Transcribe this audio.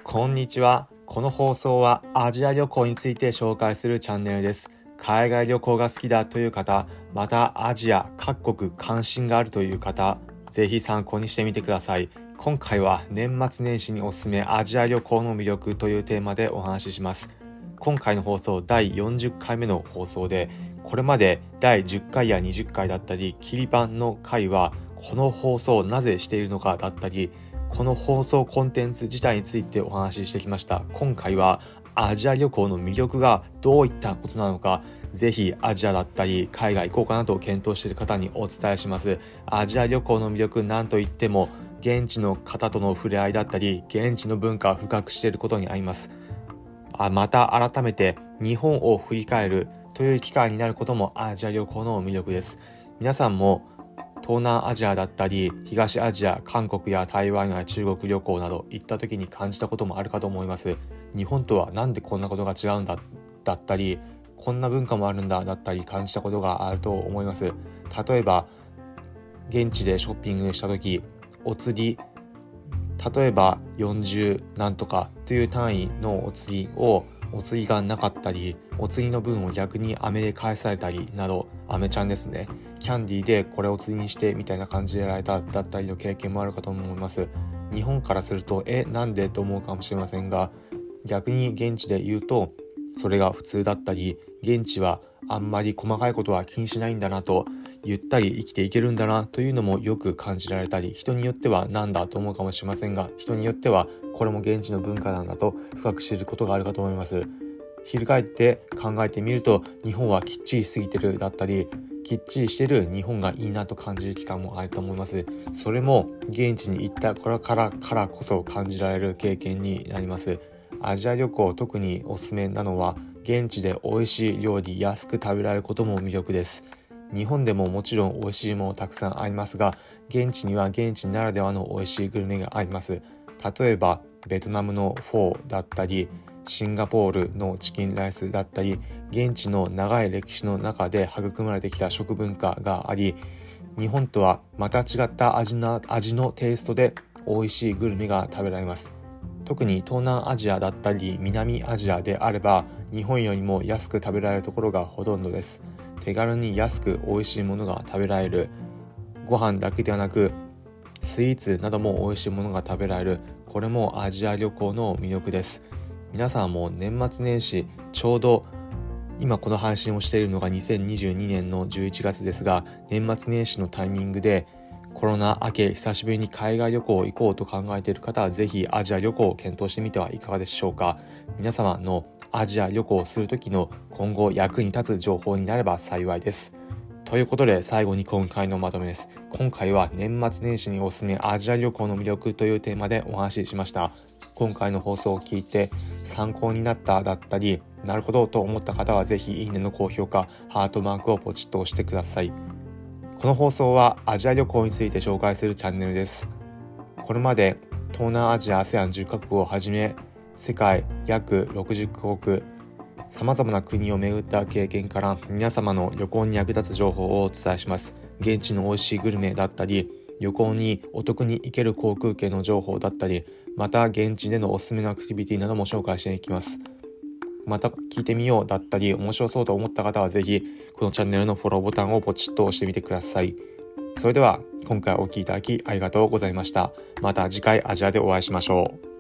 こんにちは。この放送はアジア旅行について紹介するチャンネルです。海外旅行が好きだという方、またアジア各国関心があるという方、ぜひ参考にしてみてください。今回は年末年始におすすめアジア旅行の魅力というテーマでお話しします。今回の放送第40回目の放送で、これまで第10回や20回だったり、切り板の回はこの放送をなぜしているのかだったり、この放送コンテンツ自体についてお話ししてきました。今回はアジア旅行の魅力がどういったことなのか、ぜひアジアだったり海外行こうかなと検討している方にお伝えします。アジア旅行の魅力、なんといっても現地の方との触れ合いだったり、現地の文化を深くしていることにあります。また改めて日本を振り返るという機会になることもアジア旅行の魅力です。皆さんも東南アジアだったり東アジア、韓国や台湾や中国旅行など行った時に感じたこともあるかと思います。日本とはなんでこんなことが違うんだだったり、こんな文化もあるんだだったり感じたことがあると思います。例えば現地でショッピングした時、お釣り、例えば40なんとかという単位のお釣りがなかったり、お釣りの分を逆に飴で返されたりなど、飴ちゃんですね、キャンディーでこれを釣りにしてみたいな感じでやられただったりの経験もあるかと思います。日本からするとなんでと思うかもしれませんが、逆に現地で言うとそれが普通だったり、現地はあんまり細かいことは気にしないんだなと、ゆったり生きていけるんだなというのもよく感じられたり、人によってはなんだと思うかもしれませんが、人によってはこれも現地の文化なんだと深く知ることがあるかと思います。翻って考えてみると、日本はきっちりしすぎてるだったり、きっちりしてる日本がいいなと感じる期間もあると思います。それも現地に行ったからこそ感じられる経験になります。アジア旅行、特におすすめなのは現地で美味しい料理、安く食べられることも魅力です。日本でももちろん美味しいものたくさんありますが、現地には現地ならではの美味しいグルメがあります。例えばベトナムのフォーだったり、シンガポールのチキンライスだったり、現地の長い歴史の中で育まれてきた食文化があり、日本とはまた違った味のテイストで美味しいグルメが食べられます。特に東南アジアだったり南アジアであれば、日本よりも安く食べられるところがほとんどです。手軽に安く美味しいものが食べられる。ご飯だけではなくスイーツなども美味しいものが食べられる。これもアジア旅行の魅力です。皆さんも年末年始、ちょうど今この配信をしているのが2022年の11月ですが、年末年始のタイミングでコロナ明け久しぶりに海外旅行行こうと考えている方は、ぜひアジア旅行を検討してみてはいかがでしょうか。皆様のアジア旅行をする時の今後役に立つ情報になれば幸いです。ということで最後に今回のまとめです。今回は年末年始におすすめアジア旅行の魅力というテーマでお話ししました。今回の放送を聞いて参考になっただったり、なるほどと思った方はぜひいいねの高評価、ハートマークをポチッと押してください。この放送はアジア旅行について紹介するチャンネルです。これまで東南アジア ASEAN10 カ国をはじめ、世界約60カ国、さまざまな国を巡った経験から皆様の旅行に役立つ情報をお伝えします。現地の美味しいグルメだったり、旅行にお得に行ける航空券の情報だったり、また現地でのおすすめのアクティビティなども紹介していきます。また聞いてみようだったり面白そうと思った方はぜひこのチャンネルのフォローボタンをポチッと押してみてください。それでは今回お聞きいただきありがとうございました。また次回アジアでお会いしましょう。